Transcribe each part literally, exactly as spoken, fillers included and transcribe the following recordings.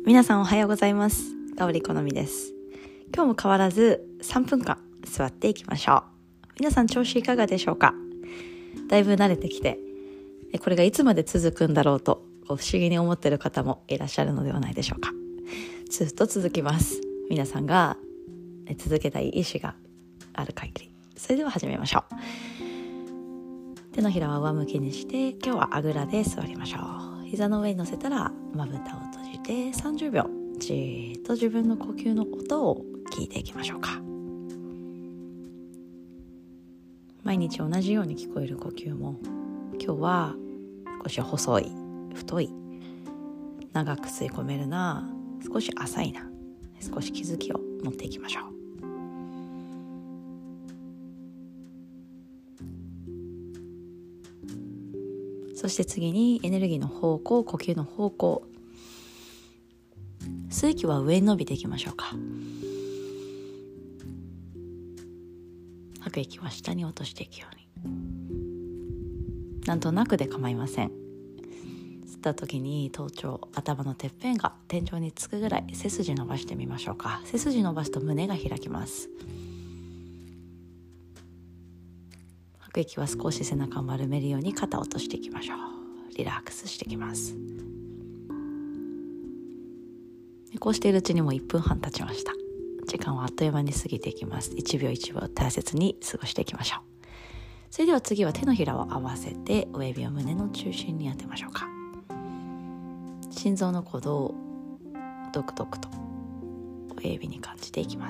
皆さんおはようございます。香り好みです。今日も変わらずさんぷんかん座っていきましょう。皆さん調子いかがでしょうか。だいぶ慣れてきて、これがいつまで続くんだろうと不思議に思っている方もいらっしゃるのではないでしょうか。ずっと続きます。皆さんが続けたい意志がある限り。それでは始めましょう。手のひらは上向きにして、今日はあぐらで座りましょう。膝の上に乗せたらまぶたを閉じてさんじゅうびょうじーっと自分の呼吸の音を聞いていきましょうか。毎日同じように聞こえる呼吸も今日は少し細い、太い、長く吸い込めるな、少し浅いな、少し気づきを持っていきましょう。そして次にエネルギーの方向、呼吸の方向。吸う息は上に伸びていきましょうか。吐く息は下に落としていくように。なんとなくで構いません。吸った時に頭頂、頭のてっぺんが天井につくぐらい背筋伸ばしてみましょうか。背筋伸ばすと胸が開きます。吐く息は少し背中を丸めるように肩を落としていきましょう。リラックスしていきます。こうしているうちにもういっぷんはん経ちました。時間はあっという間に過ぎていきます。いちびょういちびょう大切に過ごしていきましょう。それでは次は手のひらを合わせて親指を胸の中心に当てましょうか。心臓の鼓動をドクドクと親指に感じていきます。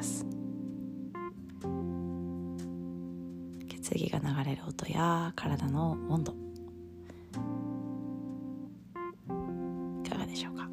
血液が流れる音や体の温度、いかがでしょうか。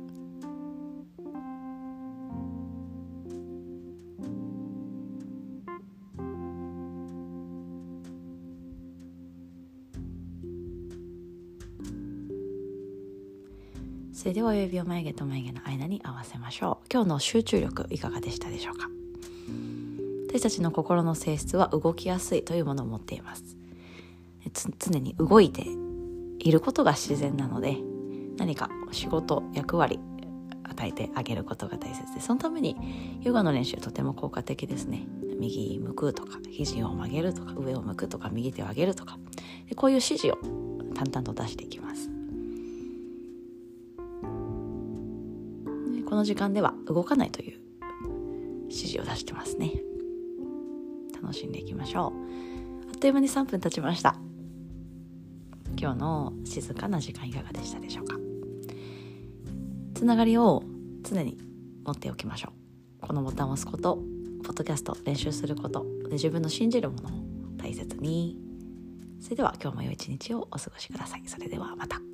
それでは親指を眉毛と眉毛の間に合わせましょう。今日の集中力いかがでしたでしょうか。私たちの心の性質は動きやすいというものを持っています。常に動いていることが自然なので、何か仕事、役割与えてあげることが大切です。そのためにヨガの練習とても効果的ですね。右向くとか、肘を曲げるとか、上を向くとか、右手を上げるとか、こういう指示を淡々と出していきます。この時間では動かないという指示を出してますね。楽しんでいきましょう。あっという間にさんぷん経ちました。今日の静かな時間いかがでしたでしょうか。つながりを常に持っておきましょう。このボタンを押すこと、ポッドキャスト練習することで自分の信じるものを大切に。それでは今日も良い一日をお過ごしください。それではまた。